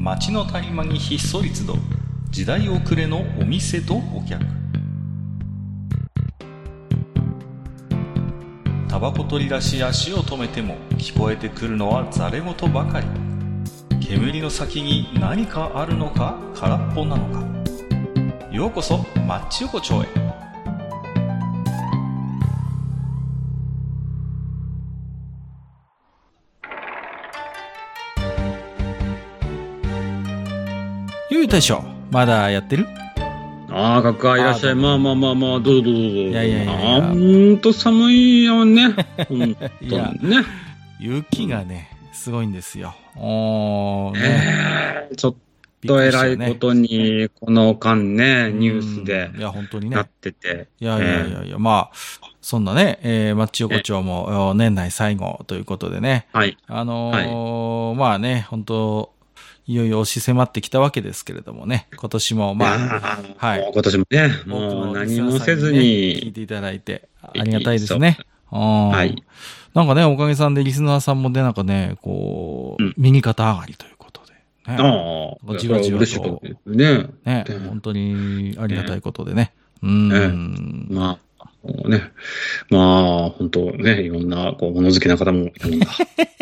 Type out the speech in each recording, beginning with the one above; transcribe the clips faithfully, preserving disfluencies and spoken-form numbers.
街の谷間にひっそり集う時代遅れのお店とお客。タバコ取り出し足を止めても聞こえてくるのはざれ言ばかり。煙の先に何かあるのか空っぽなのか。ようこそマッチ横丁へ。ゆう大将、まだやってる？ ああ、かっかいらっしゃい。まあまあまあまあ、どうぞどうぞどうぞ。 いやいやいやいや。 ほんと寒いよね。ほんといやね。 雪がね、すごいんですよ。おーね。 えー、ちょっと偉いことに、この間ね、ニュースでいや、本当にね。 なってて。 いやいやいやいや、まあ、そんなね、えー、マッチ横丁も年内最後ということでね。 はい。 あのーはい、まあね、本当いよいよ押し迫ってきたわけですけれどもね、今年もまあ、 はい。今年もね、もう何もせずに、ね、 聞いていただいて、ありがたいですね。 はい。 なんかね、おかげさんでリスナーさんもね、なんかね、こう、うん、右肩上がりということで、ね。 ああ、 じわじわと、 ね。 ね、本当にありがたいことでね。うん。 ね、まあ、ね、まあ、本当ね、いろんな、こう、物好きな方もいるんだ。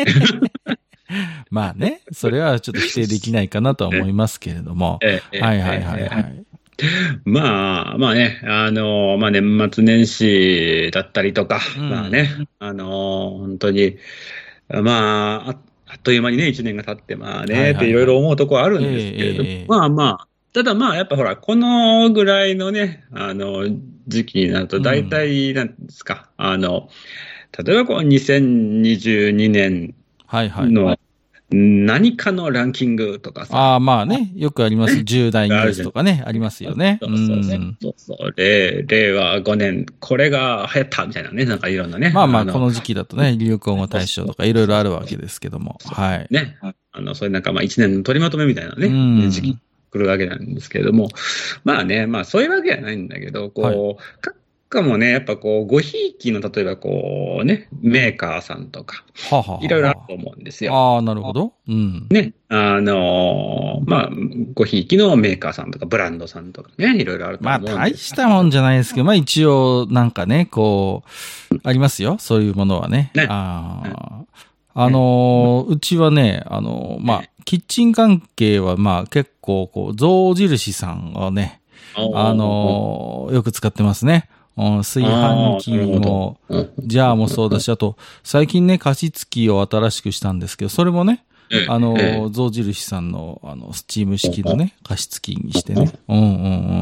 まあね、それはちょっと否定できないかなとは思いますけれども。 ええ、 はいはいはいはい。 まあ、まあね、あの、まあ年末年始だったりとか、うん、まあね、あの、本当に、まあ、あっという間にね、一年が経って、まあね、はいはいはい、っていろいろ思うところあるんですけれども、えー、まあまあ、ただまあ、やっぱほら、このぐらいのね、あの、時期になると、大体、なんですか、うん、あの、例えばこう、にせんにじゅうにねんの、はいはい何かのランキングとかさ。 ああ、まあね。よくあります。じゅう代ニュースとかね。ありますよね。 そうそうそう。そうそう。令、令和ごねん、これが流行ったみたいなね。なんかいろんなね。 まあまあ、この時期だとね、流行語大賞とかいろいろあるわけですけども。はい。 ね。あの、それなんかまあいちねんの取りまとめみたいなね。うん、時期来るわけなんですけれども。まあね、まあそういうわけじゃないんだけど、こう、はいかもね、やっぱこう、ごひいきの、例えばこうね、メーカーさんとか、いろいろあると思うんですよ。 ああ、なるほど。うん。 ね、あのー、まあ、ごひいきのメーカーさんとか、ブランドさんとかね、いろいろあると思うんです。 まあ、大したもんじゃないですけど、まあ一応、なんかね、こう、ありますよ。そういうものはね。ねああ、あのー、うちはね、あのー、まあ、キッチン関係は、まあ、結構、こう、象印さんをね、あのー、よく使ってますね。炊飯器も、ジャーもそうだし、あと、最近ね、加湿器を新しくしたんですけど、それもね、あの、象印さんの、あの、スチーム式のね、加湿器にしてね。うんうんうん。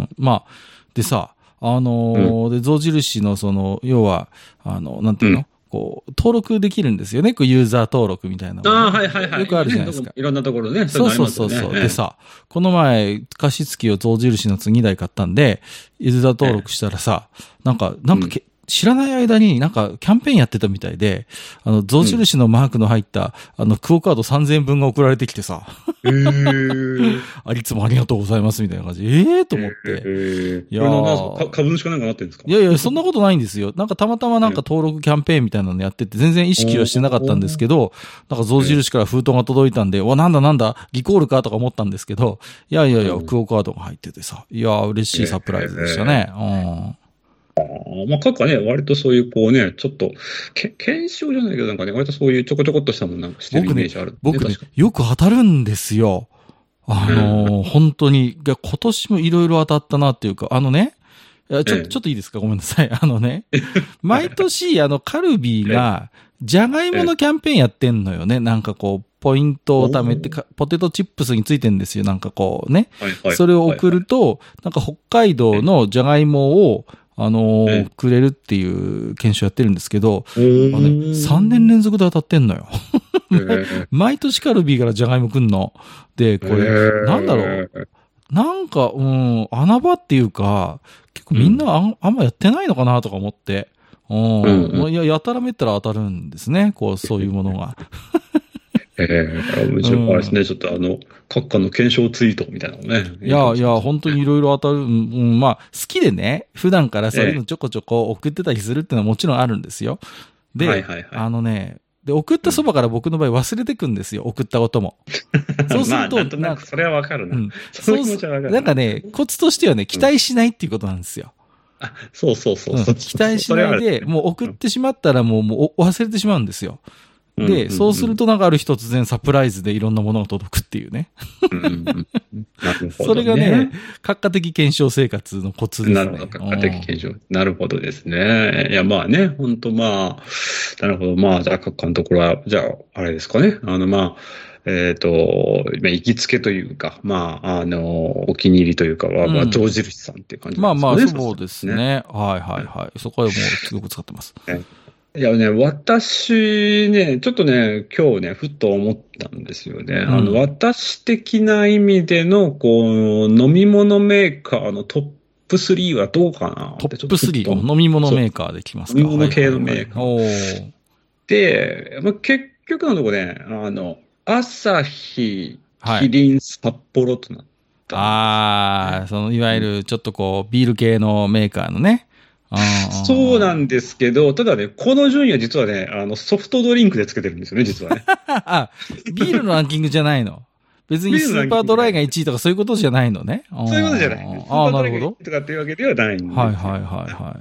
まあ、でさ、あの、で、象印のその、要は、あの、なんていうの、こう、登録できるんですよね。こう、ユーザー登録みたいなの、ね。 ああ、はいはいはい。 よくあるじゃないですか。 いろんなところでね。 そうそうそうそう。でさ、この前、加湿器を象印の次台買ったんで、ユーザー登録したらさ、なんか、なんかけ、知らない間になんかキャンペーンやってたみたいで、あの、象印のマークの入った、あの、クオカードさんぜんえんぶんが送られてきてさ。 へー。 ありつもありがとうございますみたいな感じで、ええーと思って。 えー、いやー。株主かなんかなってるんですか？ いやいや、そんなことないんですよ。なんかたまたまなんか登録キャンペーンみたいなのやってて、全然意識はしてなかったんですけど、なんか象印から封筒が届いたんで、わ、なんだなんだ、リコールかとか思ったんですけど、いやいやいや、クオカードが入っててさ、いやー、嬉しいサプライズでしたね。うん。 あまあ、かかね、割とそういう、こうね、ちょっと、け、検証じゃないけど、なんかね、割とそういうちょこちょこっとしたもんなんかしてるイメージある、ね。 僕ね、僕ね、よく当たるんですよ。あのーうん、本当に、今年もいろいろ当たったなっていうか、あのね、ちょ、ちょっといいですか？ごめんなさい。あのね、毎年、あの、カルビーが、じゃがいものキャンペーンやってんのよね。なんかこう、ポイントを貯めて、ポテトチップスについてんですよ。なんかこうね。はいはい、それを送ると、なんか北海道のじゃがいもを、あのー、くれるっていう研修やってるんですけど、あのね、さんねん連続で当たってんのよ。毎年カルビーからじゃがいもくんの。で、これ、なんだろう。なんか、うん、穴場っていうか、結構みんなあ ん,、うん、あんまやってないのかなとか思って。うん。うんうん、いや、やたらめったら当たるんですね。こう、そういうものが。 ええー、むしろあれですね、うん、ちょっとあの、閣下の検証ツイートみたいなのね。 いや、いや、本当にいろいろ当たる。うん、まあ、好きでね、普段からそういうのちょこちょこ送ってたりするっていうのはもちろんあるんですよ。で、はいはいはい、あのね、 で、送ったそばから僕の場合忘れてくんですよ。送ったことも。そうすると、 まあ、なんとなくそれはわかるな。うん、 その気持ちはわかる。なんかね、コツとしてはね、期待しないっていうことなんですよ。 うん、あ、そうそうそうそう、うん。 期待しないで、もう送ってしまったらもう、もう忘れてしまうんですよ。で、うんうんうん、そうするとなんかある日突然サプライズでいろんなものが届くっていうね。うんうんうん、なるほどね。それがね、閣下的検証生活のコツですね。 なるほど、閣下的検証。なるほどですね。いや、まあね、本当まあ、なるほど。まあ、じゃあ閣下のところは、じゃあ、あれですかね。あの、まあ、えっ、ー、と、行きつけというか、まあ、あの、お気に入りというかは、うん、まあ、象印さんっていう感じですね。 まあまあ、そうですね。ね、はいはいはい。そこはもうすごく使ってます。 ね、いやね、私ね、ちょっとね、今日ね、ふっと思ったんですよね。うん、あの、私的な意味での、こう、飲み物メーカーのトップスリーはどうかなトップスリー飲み物メーカーできますか？ 飲み物系のメーカー。はいはいはい、で、まあ、結局のところね、あの、アサヒ、キリン、札幌となった、 はい。ああ、その、いわゆるちょっとこう、ビール系のメーカーのね。 そうなんですけど、ただね、この順位は実はね、あの、ソフトドリンクでつけてるんですよね、実はね。 あ、ビールのランキングじゃないの。別にスーパードライがいちいとかそういうことじゃないのね。 そういうことじゃない。ああ、なるほど。とかっていうわけではないんです。 はいはいはいはい。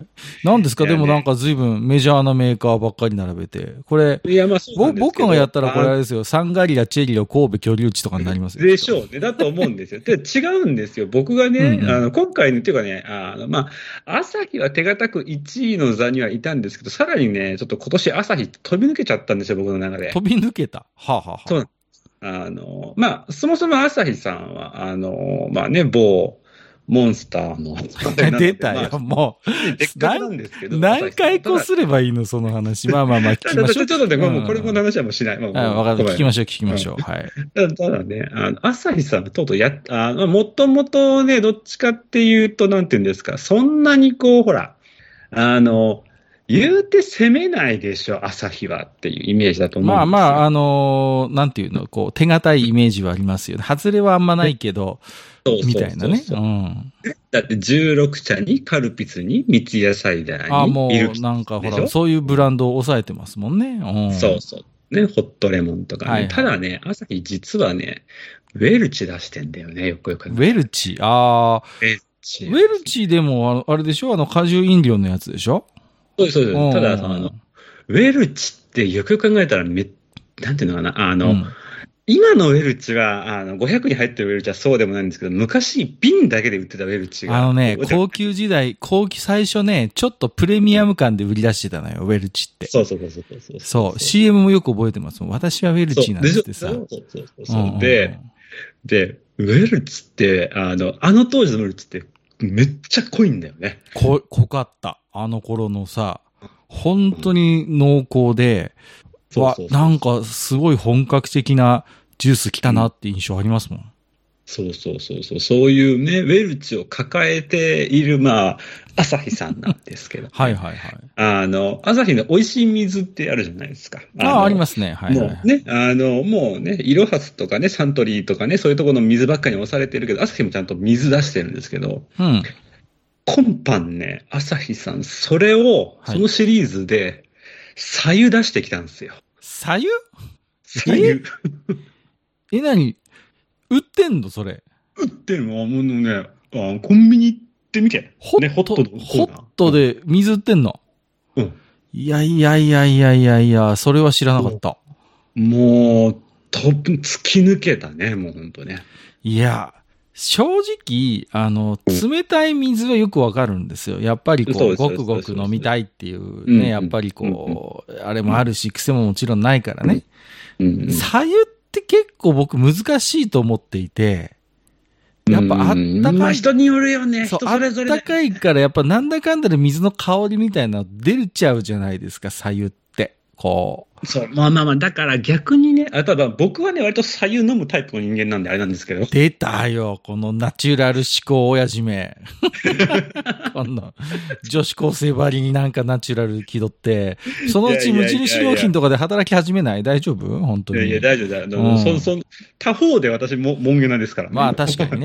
なんですか、でもなんか随分メジャーなメーカーばっかり並べて。これ、 いやまあそうなんですけど僕がやったらこれあれですよ。サンガリラ、チェリオ、神戸、居留地とかになりますよ。 でしょうね。だと思うんですよ。で、違うんですよ。僕がね、うんうん、あの今回の、っていうかね、あの、まあ、朝日は手堅くいちいの座にはいたんですけど、さらにね、ちょっと今年朝日飛び抜けちゃったんですよ、僕の中で。 飛び抜けた。はあ、はあはあ、 そうあの、まあ、そもそも朝日さんは、あの、まあね、某、モンスターの。 出たよ、まあ、もう。 でっかくなんですけど。 何回こうすればいいの、その話。まあまあまあ、聞きましょう。 ちょっとね、もうこれも話はもうしない。 わかる。聞きましょう、聞きましょう。はい。 ただね、あの、朝日さんとうとうや、あもともとね、どっちかっていうと、なんていうんですか、そんなにこう、ほら、あの、言うて攻めないでしょ、朝日はっていうイメージだと思うんですよ。 まあまあ、あのー、なんていうの、こう、手堅いイメージはありますよね。外れはあんまないけど、みたいなね。うん。 だってじゅうろく茶にカルピスに三ツ矢サイダーに。 あ、もうなんかほら、そういうブランドを抑えてますもんね。うん、 そうそう。ね、ホットレモンとかね。はいはい、ただね、朝日実はね、ウェルチ出してんだよね、よくよく。 ウェルチああ。 ウェルチ。 ウェルチでも、あれでしょあの、果汁飲料のやつでしょそうです、そうです。ただ、あの、ウェルチってよくよく考えたらめ、なんていうのかな、あの、うん、今のウェルチは、あの、ごひゃくに入ってるウェルチはそうでもないんですけど、昔瓶だけで売ってたウェルチが。 あのね、高級時代、高級、最初ね、ちょっとプレミアム感で売り出してたのよ、ウェルチって。 そうそうそうそうそう。 そう、シーエム もよく覚えてます。私はウェルチなんですってさ。 そうそうそうそう。で、で、ウェルチって、あの、あの当時のウェルチって、めっちゃ濃いんだよね。 こ、濃かった。あの頃のさ、本当に濃厚で、うん、わ、なんかすごい本格的なジュース来たなって印象ありますもん。うん、 そうそうそうそう。そういうね、ウェルチを抱えている、まあ、朝日さんなんですけど、ね。 はいはいはい。 あの、朝日の美味しい水ってあるじゃないですか。 ああ、ありますね。はい、はい。 もうね、あの、もうね、イロハスとかね、サントリーとかね、そういうところの水ばっかりに押されてるけど、朝日もちゃんと水出してるんですけど、 うん。 今般ね、朝日さん、それを、そのシリーズで、左右出してきたんですよ。 左右左右。 え、え、なに売ってんのそれ。 売ってるのもうね、あ、コンビニ行ってみて。 ホット、ね、ホットホットで水売ってんの、 うん、 いやいやいやいやいやいや、それは知らなかった。 もう、と、突き抜けたね、もうほんとね。 いや、正直、あの、冷たい水はよくわかるんですよ。やっぱりこう、ごくごく飲みたいっていうね、やっぱりこう、あれもあるし、癖ももちろんないからね。左右って結構僕難しいと思っていて、やっぱあったかい。 まあ人によるよね。 そう、あったかいからやっぱなんだかんだで水の香りみたいなの出ちゃうじゃないですか、左右って。こう。 そう、まあまあまあ、だから逆にね、あただ僕はね、割と左右飲むタイプの人間なんであれなんですけど。 出たよ、このナチュラル思考親父め。この女子高生ばりになんかナチュラル気取って、そのうち無印良品とかで働き始めない？大丈夫？本当に。 いやいや、大丈夫だ。うん、そそ他方で私も、もんげなですからね。 まあ確かにね。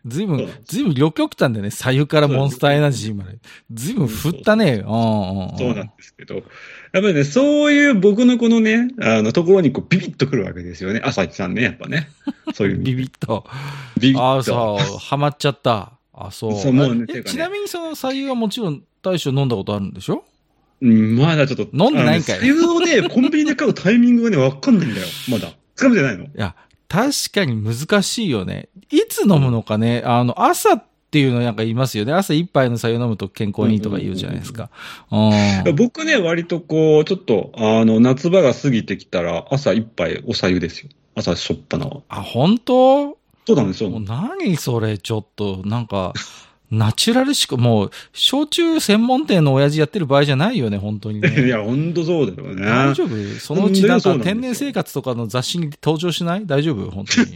ずいぶん、ずいぶん両極端でね、左右からモンスターエナジーまで。ずいぶん振ったね。 そうなんですけど。やっぱりね、そういう僕のこのね、あの、ところにこう、ビビッとくるわけですよね。朝日さんね、やっぱね。そういう。 ビビッと。 ビビッと。 ああ、そう、ハマっちゃった。あ、そう。 そうもうねえ、ちなみにその左右はもちろん大将飲んだことあるんでしょ？ うん、まだちょっと。 飲んでないんかい。 左右をね、コンビニで買うタイミングがね、わかんないんだよ。まだ。掴めてないの？いや、確かに難しいよね。いつ飲むのかね、あの、朝っていうのなんか言いますよね。朝一杯の白湯飲むと健康にいいとか言うじゃないですか。 僕ね、割とこう、ちょっと、あの、夏場が過ぎてきたら、朝一杯お白湯ですよ。朝しょっぱなは。 あ、本当？ そうなんですよ。 もう何それ、ちょっと、なんか、ナチュラルしか、もう、焼酎専門店の親父やってる場合じゃないよね、本当にね。 いや、本当そうだよね。 大丈夫？そのうちなんか天然生活とかの雑誌に登場しない？大丈夫？本当に。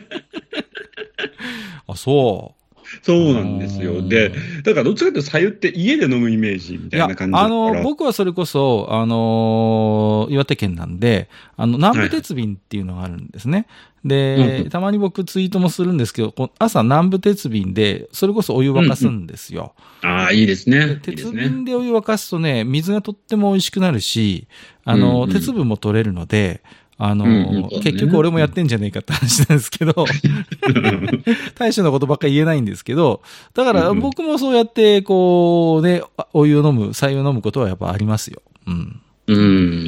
あ、そう。 そうなんですよ。で、だからどっちかというと白湯って家で飲むイメージみたいな感じだから。 あの、僕はそれこそ、あのー、岩手県なんで、あの、南部鉄瓶っていうのがあるんですね。はい、で、うん、たまに僕ツイートもするんですけど、朝南部鉄瓶で、それこそお湯沸かすんですよ。 うんうん、ああ、いいですね。 鉄瓶でお湯沸かすとね、水がとっても美味しくなるし、あの、うんうん、鉄分も取れるので、あの、うんうんね、結局俺もやってんじゃねえかって話なんですけど、大将のことばっかり言えないんですけど、だから僕もそうやって、こうね、お湯を飲む、白湯を飲むことはやっぱありますよ。うん。 うん。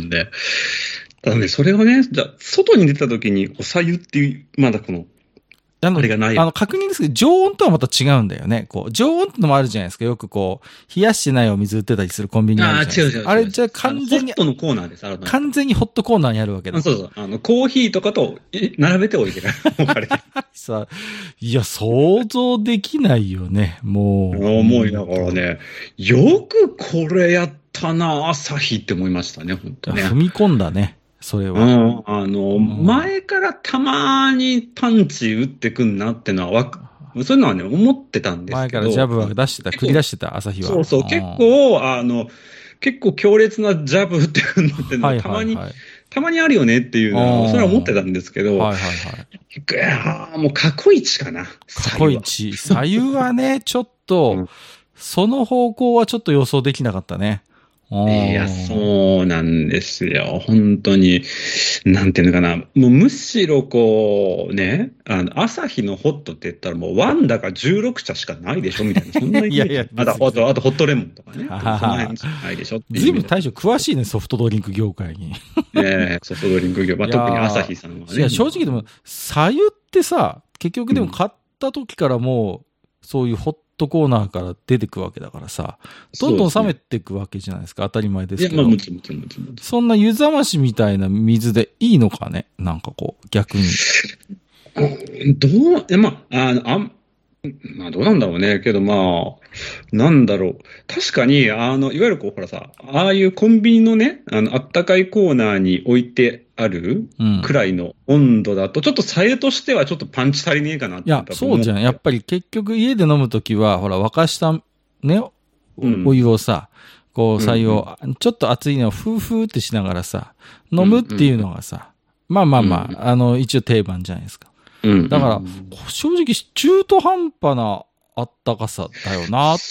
で、ただね、それをね、じゃ外に出た時にお白湯っていう、まだこの、 あの、 あれがない。 あの、確認ですけど、常温とはまた違うんだよね。こう、常温ってのもあるじゃないですか。よくこう、冷やしてないお水売ってたりするコンビニあるじゃないですか。あ、違う違う違う。あれじゃあ完全に。 ホットのコーナーです、あの完全にホットコーナーにあるわけだ。 そうそう。あの、コーヒーとかと並べておいてる。 さあ、いや、想像できないよね、もう。 思いながらね、よくこれやったな、朝日って思いましたね、本当ね。 踏み込んだね。それは。 うん。あの、うん、前からたまにパンチ打ってくんなってのはわか、そういうのはね、思ってたんですけど。 前からジャブは出してた、繰り出してた、朝日は。 そうそう、結構、あの、結構強烈なジャブ打ってくんなってのは、たまに、たまにあるよねっていうのは、それは思ってたんですけど。はいはいはい。もう過去一かな。 過去一。左右はね、ちょっと、うん、その方向はちょっと予想できなかったね。 いや、そうなんですよ。本当に、なんていうのかな。もうむしろこう、ね、あの、朝日のホットって言ったらもうワンダかじゅうろくちゃしかないでしょみたいな。そんなイメージ。いやいや、あと、あと、あとホットレモンとかね。そんな辺しかないでしょっていう。 ずいぶん大将詳しいね、ソフトドリンク業界に。 ええ、ソフトドリンク業界。まあ、特に朝日さんはね。 いや、正直でも、左右ってさ、結局でも買った時からもう、そういうホットホットコーナーから出てくわけだからさ、どんどん冷めていくわけじゃないですか。当たり前ですけど。いや、まあもちろんもちろんもちろん。そんな湯冷ましみたいな水でいいのかね、なんかこう、逆に。 どう、え、まあ、あの、あん、まあどうなんだろうね。けどまあ、なんだろう。確かに、あの、いわゆるこう、ほらさ、ああいうコンビニのね、あの、あったかいコーナーに置いてあるくらいの温度だと、うん、ちょっとさえとしてはちょっとパンチ足りねえかなって。 いや、そうじゃん。やっぱり結局家で飲むときは、ほら、沸かしたね、お湯をさ、うん、こう、白湯を、ちょっと熱いのをフーフーってしながらさ、飲むっていうのがさ、うん、まあまあまあ、うん、あの、一応定番じゃないですか。だから、正直、中途半端なあったかさだよなって。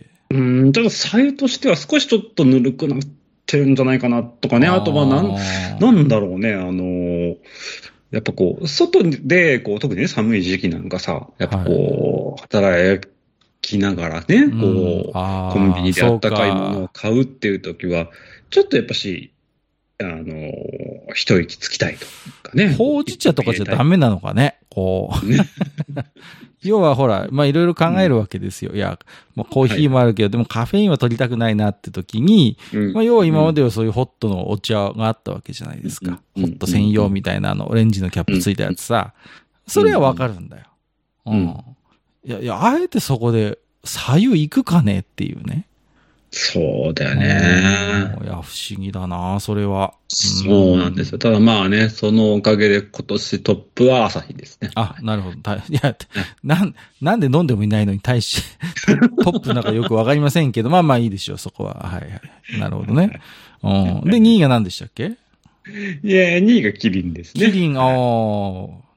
うん、ちょっと左右としては少しちょっとぬるくなってるんじゃないかなとかね。あ, あとはなん、なんだろうね。あの、やっぱこう、外で、こう、特にね、寒い時期なんかさ、やっぱこう、はい、働きながらね、こう、うん、コンビニであったかいものを買うっていう時は、ちょっとやっぱし、あの、一息つきたいとかね。 ほうじ茶とかじゃダメなのかね。こう。ね、要はほら、まあいろいろ考えるわけですよ。うん、いや、もうコーヒーもあるけど、はい、でもカフェインは取りたくないなって時に、うん、まあ要は今まではそういうホットのお茶があったわけじゃないですか。うん、ホット専用みたいなあのオレンジのキャップついたやつさ。それはわかるんだよ。うん。うん、いや、いや、あえてそこで左右行くかねっていうね。 そうだよね。 いや、不思議だな、それは。 そうなんですよ。ただまあね、そのおかげで今年トップは朝日ですね。 あ、なるほど。いや、なん、なんで飲んでもいないのに対し、トップなんかよくわかりませんけど、まあまあいいでしょう、そこは。はいはい。なるほどね。うん、で、にいが何でしたっけ？ いや、にいがキリンですね。 キリン、ああ、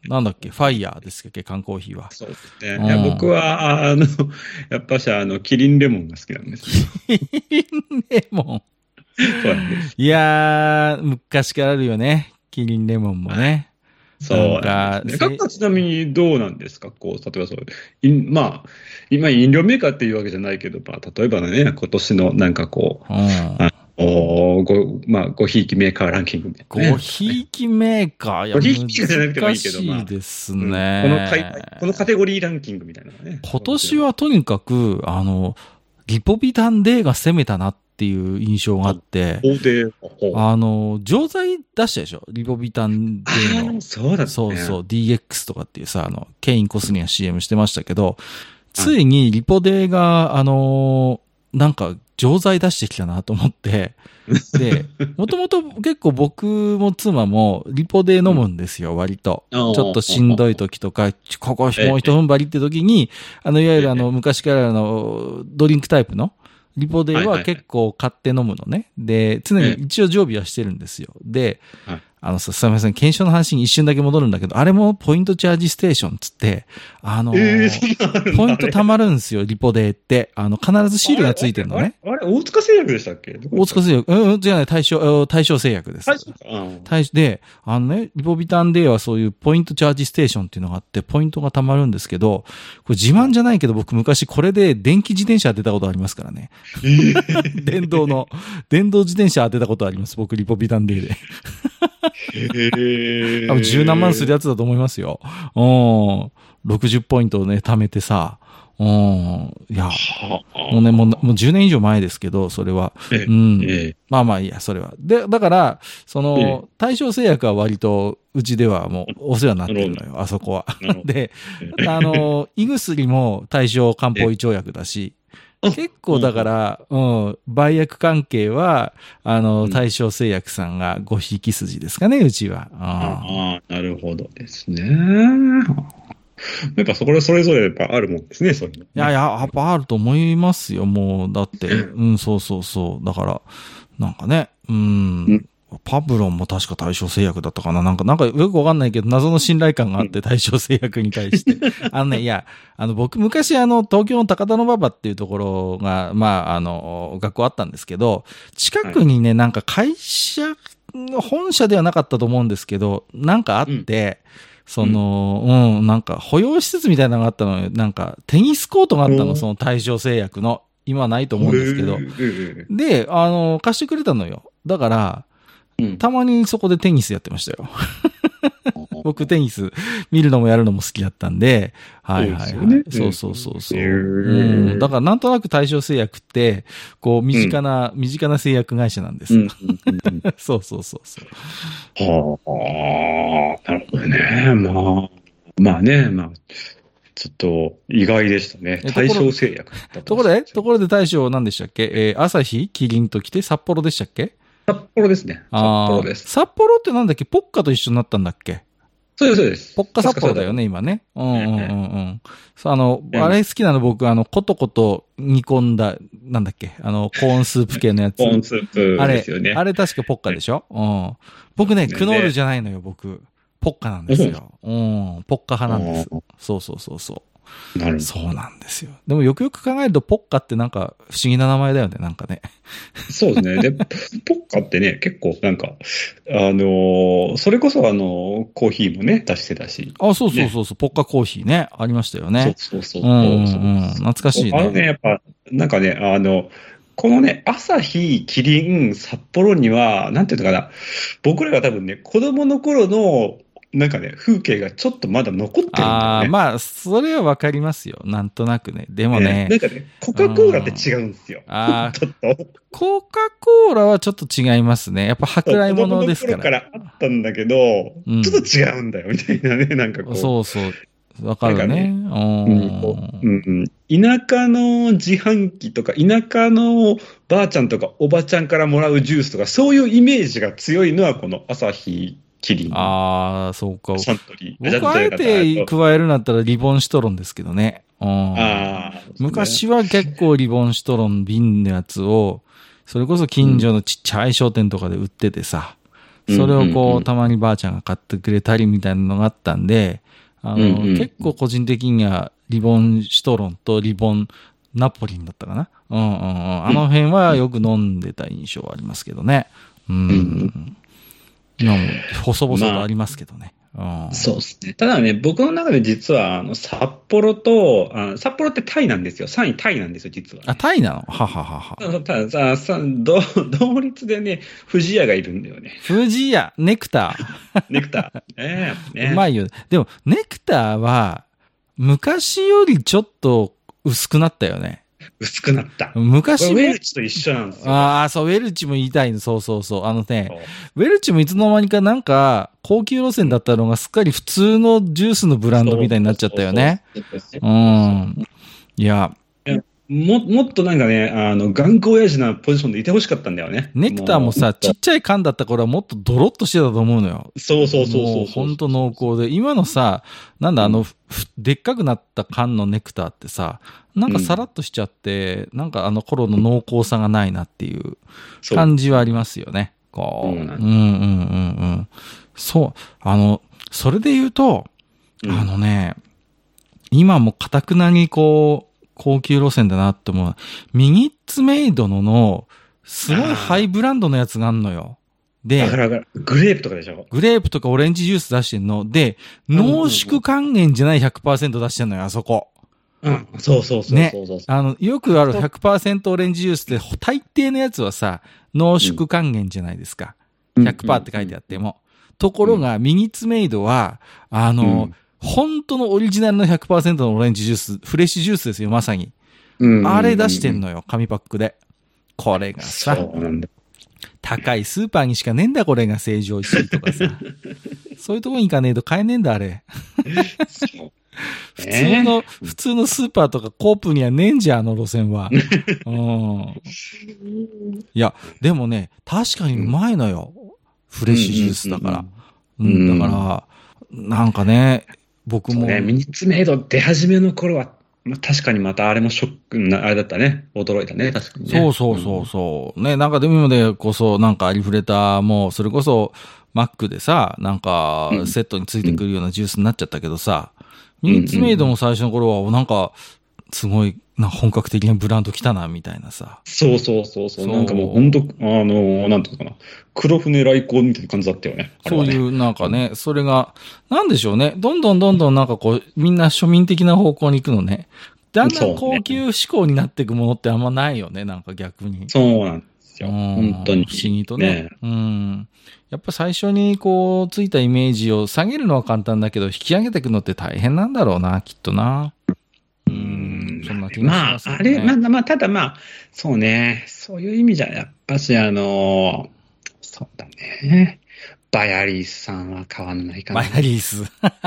なんだっけ、ファイヤーですっけ、缶コーヒーは。 そうですね。いや僕は、あの、やっぱし、あの、キリンレモンが好きなんですよ。 キリンレモン。 そうなんです。 いやー、昔からあるよね。キリンレモンもね。 そうなんですね。カッカちなみにどうなんですかこう、例えばそう、いまあ、今飲料メーカーっていうわけじゃないけど、まあ、例えばね、今年のなんかこう、うん、あおご、まあ、ごひいきメーカーランキングみたいな、ね。 ごひいきメーカー、いや、 ごひいきじゃなくてもいいけど、 まあ、難しいですね、うん、 この大会、このカテゴリーランキングみたいなね。 今年はとにかく、あの、リポビタン D が攻めたなっていう印象があって、あの、錠剤出したでしょリポビタン D の。 そうだね。 そうそう、ディーエックス とかっていうさ、あの、ケインコスニア シーエム してましたけど、ついにリポ D が、あの、なんか、錠剤出してきたなと思って、で、もともと結構僕も妻もリポ D 飲むんですよ、割と。ちょっとしんどい時とか、ここもう一踏ん張りって時に、あの、いわゆるあの、昔からのドリンクタイプのリポ D は結構買って飲むのね。で、常に一応常備はしてるんですよ。で、あのさ、すみません、検証の話に一瞬だけ戻るんだけど、あれもポイントチャージステーションつって、あの、えー、ポイント貯まるんですよ、リポデーって。あの、必ずシールがついてるのね。 あれ、あれ大塚製薬でしたっけ大塚製薬、うん、じゃない、対象、対象製薬です。 対象対象で、あのね、リポビタン D はそういうポイントチャージステーションっていうのがあって、ポイントが貯まるんですけど、これ自慢じゃないけど、僕昔これで電気自転車当てたことありますからね。えー、電動の、電動自転車当てたことあります、僕、リポビタン D で。 へー。 多分十何万するやつだと思いますよ。うん。ろくじゅうポイントをね、貯めてさ。うん。いや、もうね、もう、もうじゅうねん以上前ですけど、それは。うん。まあまあいいや、それは。で、だから、その、大正製薬は割と、うちではもうお世話になってるのよ、あそこは。で、あの、胃薬も大正漢方胃腸薬だし、結構だから、うん、売薬関係は、あの、大正製薬さんがごひいき筋ですかね、うちは。 ああ、なるほどですね。やっぱそこでそれぞれやっぱあるもんですね、そういうの。いやいや、やっぱあると思いますよ、もう。だって、うん、そうそうそう。だから、なんかね、うん。うんパブロンも確か大正製薬だったかななんか、なんかよくわかんないけど、謎の信頼感があって、大正製薬に対して。あのね、いや、あの、僕、昔、あの、東京の高田馬場っていうところが、まあ、あの、学校あったんですけど、近くにね、なんか会社、本社ではなかったと思うんですけど、なんかあって、うん、その、うん、うん、なんか、保養施設みたいなのがあったのよ。なんか、テニスコートがあったの、その大正製薬の。今はないと思うんですけど。で、あの、貸してくれたのよ。だから、うん、たまにそこでテニスやってましたよ。僕テニス見るのもやるのも好きだったんで、はいはいはい。そうそうそうそう、うん。だからなんとなく大正製薬って、こう身近な、うん、身近な製薬会社なんです。うん、そうそうそうそう。 はあ、なるほどね。まあ、まあね、まあ。ちょっと意外でしたね。大正製薬だところで、ところで大正何でしたっけえー、朝日、キリンと来て札幌でしたっけ札幌ですね。札幌です。 札幌ってなんだっけポッカと一緒になったんだっけそうです、そうです。 ポッカ札幌だよね、今ね。うんうんうんうん。あの、あれ好きなの僕、あの、コトコト煮込んだ、なんだっけあの、コーンスープ系のやつ。 コーンスープですよね。 あれ、あれ確かポッカでしょうん。僕ね、クノールじゃないのよ、僕。ポッカなんですよ。うん。ポッカ派なんです。そうそうそうそう。なるほど。そうなんですよ。でもよくよく考えると、ポッカってなんか不思議な名前だよね、なんかね。 そうですね。で、ポッカってね、結構なんか、あのー、それこそあの、コーヒーもね、出してたし。 あ、そうそうそうそう、ね、ポッカコーヒーね、ありましたよね。 そうそうそう。 うんうんうん、懐かしいね。 あのね、やっぱ、なんかね、あの、このね、朝日、キリン、札幌には、なんていうのかな、僕らが多分ね、子供の頃の、なんかね、風景がちょっっとまだ残ってるんだよね。 ああ、まあ、それはわかりますよ。なんとなくね。でもね。 ねなんかね、コカ・コーラって違うんですよ。 ああ、ちょっと。コカ・コーラはちょっと違いますね。やっぱ舶来物ですから。 子供の頃からあったんだけど、うん、ちょっと違うんだよ、みたいなね、なんかこう。 そうそう。わかるね。 うんうんうん、田舎の自販機とか、田舎のばあちゃんとかおばちゃんからもらうジュースとか、そういうイメージが強いのは、このアサヒキリン。 ああ、そうか。 サントリー。僕あえて加えるんだったらリボンシトロンですけどね。うん、 あね昔は結構リボンシトロン瓶のやつを、それこそ近所のちっちゃい商店とかで売っててさ、 それをこう、たまにばあちゃんが買ってくれたりみたいなのがあったんで、あの、うんうん、結構個人的にはリボンシトロンとリボンナポリンだったかな。うんうんうん。あの辺はよく飲んでた印象はありますけどね。うん。うん、今も細々とありますけどね。まあ、うん、 そうですね。ただね、僕の中で実は、あの、札幌と、あ札幌ってタイなんですよ。さんいタイなんですよ、実は、ね。 あ、タイなのはははは。 たださ、さ、同、同率でね、藤屋がいるんだよね。 藤屋、ネクター。ネクター。ねえ。ね、うまいよ。でも、ネクターは、昔よりちょっと薄くなったよね。 薄くなった。 昔も。ウェルチと一緒なんですよ。 ああ、そう、ウェルチも言いたいの。そうそうそう。あのね、ウェルチもいつの間にかなんか、高級路線だったのがすっかり普通のジュースのブランドみたいになっちゃったよね。うん。いや。 も、もっとなんかね、あの、頑固親父なポジションでいてほしかったんだよね。 ネクターもさ、ちっちゃい缶だった頃はもっとドロッとしてたと思うのよ。 そうそうそうそう。 ほんと濃厚で。今のさ、なんだあの、うん、でっかくなった缶のネクターってさ、なんかさらっとしちゃって、うん、なんかあの頃の濃厚さがないなっていう感じはありますよね。こう。うんうんうんうん。そう。あの、それで言うと、うん、あのね、今もかたくなにこう、高級路線だなって思う。ミニッツメイドのの、すごいハイブランドのやつがあんのよ。で、 だからグレープとかでしょ？ グレープとかオレンジジュース出してんの。で、濃縮還元じゃない ひゃくパーセント 出してんのよ、あそこ。 うん、そうそうそうそうそう、 ね。あの、よくある ひゃくパーセント オレンジジュースって大抵のやつはさ、濃縮還元じゃないですか。ひゃくパーセント って書いてあっても。ところが、ミニッツメイドは、あの、うん本当のオリジナルの ひゃくパーセント のオレンジジュース、フレッシュジュースですよ、まさに。うん、あれ出してんのよ、紙パックで。これがさ、そうなんだ高いスーパーにしかねえんだ、これが成城石井とかさ。そういうとこに行かねえと買えねえんだ、あれ。普通の、普通のスーパーとかコープにはねえんじゃん、あの路線は。うん、いや、でもね、確かにうまいのよ。フレッシュジュースだから。うん、だから、なんかね、僕も。 ね、ミニッツメイド出始めの頃は、まあ、確かにまたあれもショックな、あれだったね。驚いたね、確かにね。 そうそうそうそう。うん、ね、なんかでも今でこそ、なんかアリフレタも、それこそ、マックでさ、なんか、セットについてくるようなジュースになっちゃったけどさ、うん、ミニッツメイドも最初の頃は、なんか、すごい、な本格的なブランド来たな、みたいなさ。 そうそうそうそう。なんかもう本当、あの、なんていうのかな。黒船来航みたいな感じだったよね。 そういう、なんかね、それが、なんでしょうね。どんどんどんどんなんかこう、みんな庶民的な方向に行くのね。だんだん高級志向になっていくものってあんまないよね、なんか逆に。 そうなんですよ。本当に。 不思議とね。ねうん。やっぱ最初にこう、ついたイメージを下げるのは簡単だけど、引き上げていくのって大変なんだろうな、きっとな。うん。そんな気がしますね。 まあ、あれ、まあ、まあ、ただまあ、そうね。そういう意味じゃ、やっぱし、あの、そうだね。バヤリースさんは変わんないかな。 バヤリース。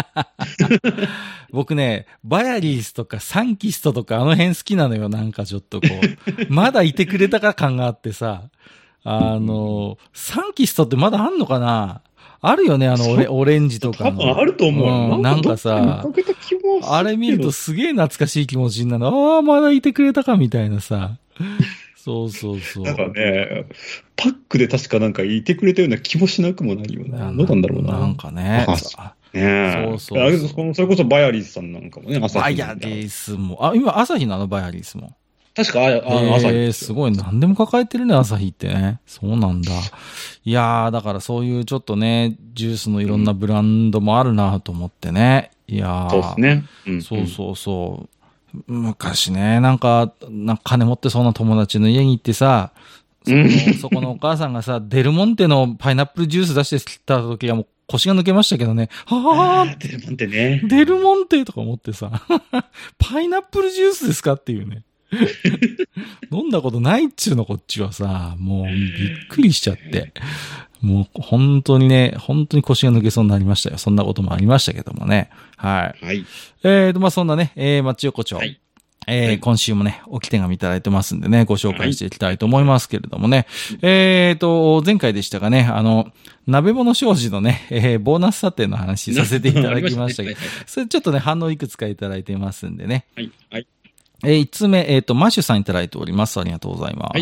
僕ね、バヤリースとかサンキストとかあの辺好きなのよ。なんかちょっとこう。まだいてくれたか感があってさ。あの、サンキストってまだあんのかな？あるよね、あのオレ、オレンジとかの。 多分あると思う。 うん、なんかさ、あれ見るとすげえ懐かしい気持ちになる。ああ、まだいてくれたかみたいなさ。そうそうそう。 なんかね、パックで確かなんかいてくれたような気もしなくもないよな。どうなんだろうな。 なんかね。 ねそうそうそう。それこそバヤリースさんなんかもね、 朝日。バヤリースも。あ、今朝日なのバヤリースも。 確か、あの、朝日。 えー、すごい。何でも抱えてるね、朝日ってね。そうなんだ。いやー、だからそういうちょっとね、ジュースのいろんなブランドもあるなと思ってね。いやー。 そうですね。 うん、そうそうそう。昔ね、なんか、なんか金持ってそうな友達の家に行ってさ、そこの、そこのお母さんがさ、デルモンテのパイナップルジュース出してきた時はもう腰が抜けましたけどね。はぁーデルモンテね。 デルモンテとか思ってさ、パイナップルジュースですかっていうね。飲んだことないっちゅうのこっちはさ、もうびっくりしちゃって。もう本当にね、本当に腰が抜けそうになりましたよ。そんなこともありましたけどもね。はい。 はい。 えーと、まあ、そんなね、えー、町横丁。 はい。 えーはい、 今週もね、置き手紙いただいてますんでね、ご紹介していきたいと思いますけれどもね。はい、えーと、前回でしたがね、あの、鍋物商事のね、えー、ボーナス査定の話させていただきましたけど、それちょっとね、反応いくつかいただいてますんでね。 はい。はい。 えー、いつつめ、えっ、ー、と、マッシュさんいただいております。ありがとうございます。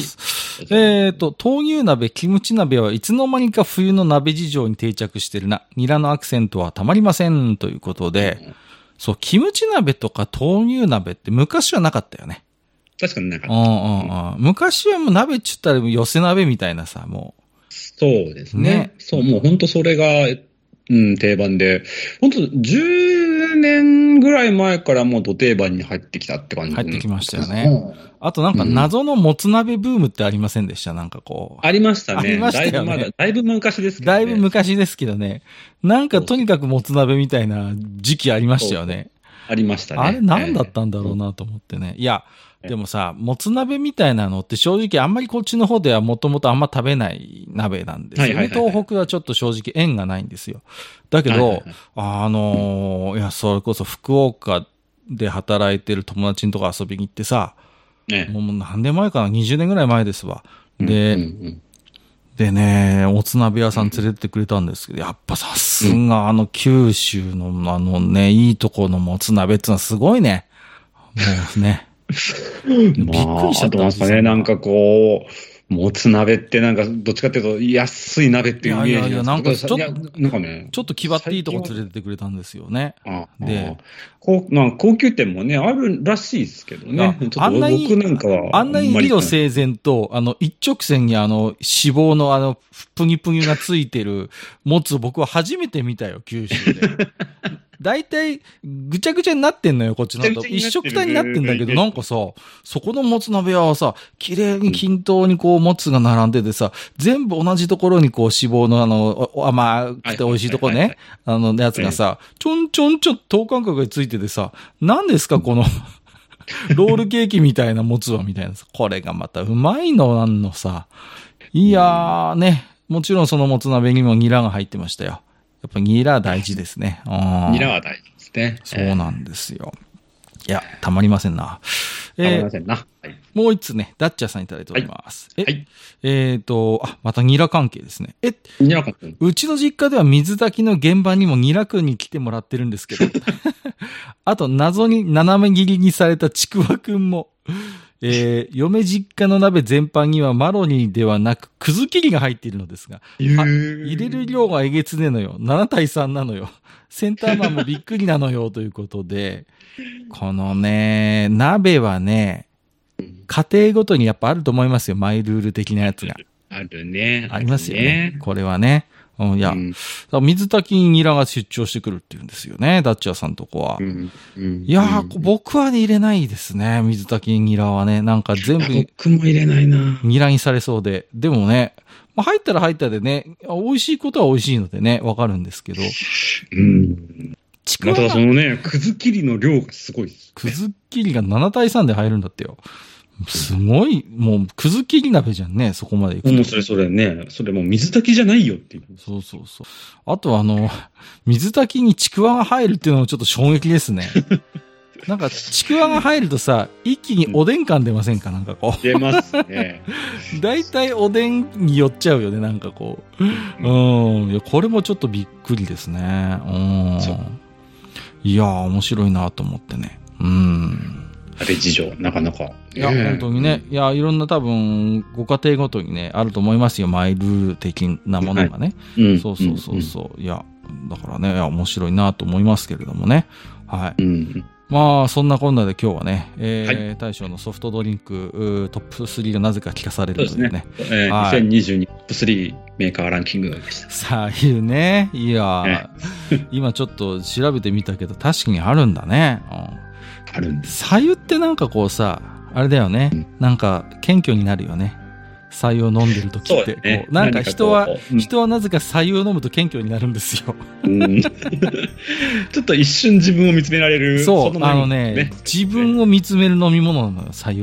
はい、えっ、ー、と、豆乳鍋、キムチ鍋はいつの間にか冬の鍋事情に定着してるな。ニラのアクセントはたまりません。ということで、うん、そう、キムチ鍋とか豆乳鍋って昔はなかったよね。 確かになかった。 うんうんうん。昔はもう鍋っちゅったら寄せ鍋みたいなさ、もう。 そうですね。ね、そう、もう本当それが、うん、定番で、本当じゅうねんぐらい前からもう土定番に入ってきたって感じ。 入ってきましたよね。あとなんか謎のもつ鍋ブームってありませんでした？なんかこう。 ありましたね。 ありましたよね。 だいぶまだ、だいぶ昔ですけどね。 だいぶ昔ですけどね。なんかとにかくもつ鍋みたいな時期ありましたよね。そうそうありましたね。 あれ何だったんだろうなと思ってね。いや、でもさ、もつ鍋みたいなのって正直あんまりこっちの方ではもともとあんま食べない鍋なんですよね。はいはいはいはい、東北はちょっと正直縁がないんですよ。だけど、はいはいはい、あのー、いや、それこそ福岡で働いてる友達のとこ遊びに行ってさ、ね、もう何年前かな、にじゅうねんぐらい前ですわ。で、うんうんうんでね、もつ鍋屋さん連れてってくれたんですけど、やっぱさすがあの九州のあのね、いいとこのもつ鍋ってのはすごいね。もうね。びっくりしちゃったんですよ。 まあ、ね、なんかこう、もつ鍋ってなんか、どっちかっていうと安い鍋っていうイメージ。 いやいやいや、なんかちょっと、 なんかね、 ちょっと気張っていいとこ連れてってくれたんですよね。 ああで、こう、なんか高級店もね、あるらしいですけどね。 あんなに、 僕なんかはあんなに理路整然と、あの、一直線にあの、脂肪のあの、プニプニがついてるもつを僕は初めて見たよ、九州で。大体、ぐちゃぐちゃになってんのよ、こっちのと。一色体になってんだけど、なんかさ、そこのもつ鍋屋はさ、綺麗に均等にこう、もつが並んでてさ、全部同じところにこう、脂肪のあの、甘くて美味しいところね、あの、やつがさ、ちょんちょんちょん等間隔がついててさ、何ですか、この、ロールケーキみたいなもつは、みたいな。これがまたうまいのなんのさ。いやーね、もちろんそのもつ鍋にもニラが入ってましたよ。やっぱニラは大事ですね。 ニラは大事ですね。 そうなんですよ。いや、たまりませんな。 たまりませんな。 えーはい、もう一つね、ダッチャーさんいただいております。 はい。え、 えっ、ー、と、あ、またニラ関係ですね。え、 ニラ関係うちの実家では水炊きの現場にもニラくんに来てもらってるんですけど、あと謎に斜め切りにされたちくわくんも、えー、嫁実家の鍋全般にはマロニーではなく、くず切りが入っているのですが、入れる量がえげつねえのよ。ななたいさんなのよ。センターマンもびっくりなのよ、ということで、このね、鍋はね、家庭ごとにやっぱあると思いますよ。マイルール的なやつが。 あるね。 ありますよね。これはね。うん、いや、うん、水炊きにニラが出張してくるって言うんですよね、ダッチャーさんとこは。うんうん、いやー、うん、僕はね、入れないですね、水炊きにニラはね。なんか全部、 僕も入れないな。 ニラにされそうで。でもね、まあ、入ったら入ったでね、美味しいことは美味しいのでね、わかるんですけど。 うん。またそのね、くず切りの量がすごいです、ね。 くず切りがななたいさんで入るんだってよ。すごい、もう、くず切り鍋じゃんね、そこまで行くと。 もうそれそれね、それもう水炊きじゃないよっていう。 そうそうそう。あとあの、水炊きにちくわが入るっていうのもちょっと衝撃ですね。なんか、ちくわが入るとさ、一気におでん感出ませんか、なんかこう。 出ますね。 大体おでんに寄っちゃうよね、なんかこう。うん。いや、これもちょっとびっくりですね。うん。いやー、面白いなと思ってね。うん。 あれ事情、なかなか。 いや、本当にね。いや、いろんな多分、ご家庭ごとにね、あると思いますよ。マイルール的なものがね。はい、そうそうそうそう。うんうん、いや、だからね、いや、面白いなと思いますけれどもね。はい。うん、まあ、そんなこんなで今日はね、えーはい、大将のソフトドリンクトップスリーがなぜか聞かされるというね。 そうですね。えーはい、にせんにじゅうにトップスリーメーカーランキングでした。 さあ、いうね。いや、ね、今ちょっと調べてみたけど、確かにあるんだね。うんあるんです。 白湯ってなんかこうさ、あれだよね。うん、なんか謙虚になるよね。白湯を飲んでる時って。こうね、なんか人は、うん、人はなぜか白湯を飲むと謙虚になるんですよ。うん、ちょっと一瞬自分を見つめられる。 そう、そのあのね、ね、自分を見つめる飲み物なのよ、白湯って。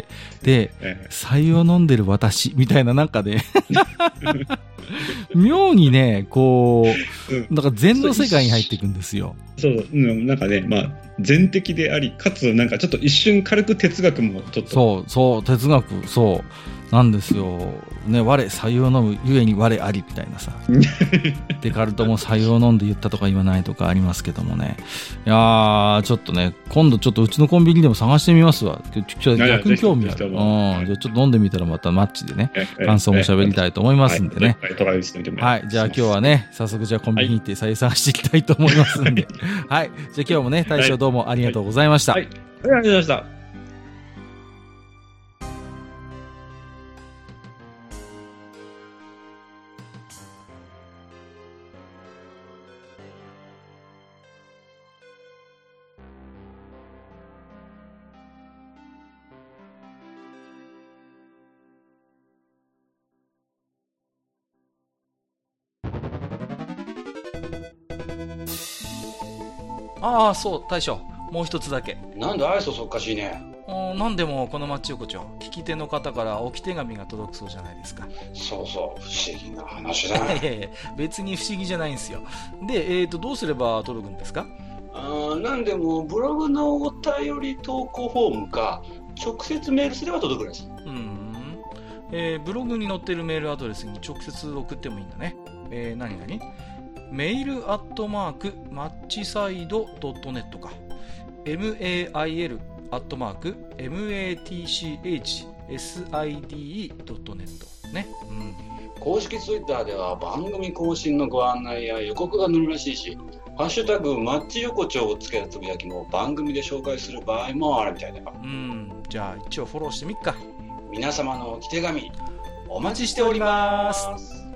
で、ええ、白湯を飲んでる私、みたいななんかで、妙にね、こう、なんか禅の世界に入っていくんですよ。 そう、うん、なんかね、まあ、 全的であり、かつなんかちょっと一瞬軽く哲学もちょっと。 そう、そう、哲学、そう。なんですよ。ね、我、左右のむ、ゆえに我ありみたいなさ。デカルトも左右を飲んで言ったとか言わないとかありますけどもね。いやー、ちょっとね、今度ちょっとうちのコンビニでも探してみますわ。ちょっと逆に興味ある。うん。じゃあちょっと飲んでみたらまたマッチでね、感想も喋りたいと思いますんでね。はい。じゃあ今日はね、早速じゃあコンビニ行って再探していきたいと思いますんで。はい。じゃあ今日もね、大将どうもありがとうございました。 はい。ありがとうございました。 ああ、そう、大将。もう一つだけ。 なんだ愛想そっかしいね。 なんでもこの町横丁、聞き手の方から置き手紙が届くそうじゃないですか。 そうそう、不思議な話だ。 いやいや、別に不思議じゃないんですよ。で、えーと、どうすれば届くんですか？ あなんでも、ブログのお便り投稿フォームか、直接メールすれば届くんです。 うん、えー、ブログに載ってるメールアドレスに直接送ってもいいんだね。えー、何々メールアットマークマッチサイドドットネットか mail アットマーク matchside ドットネットね、うん、 公式ツイッターでは番組更新のご案内や予告が載るらしいし、ハッシュタグマッチ横丁をつけたつぶやきも番組で紹介する場合もあるみたいだよ。 うん、じゃあ一応フォローしてみっか。 皆様のお手紙お待ちしております。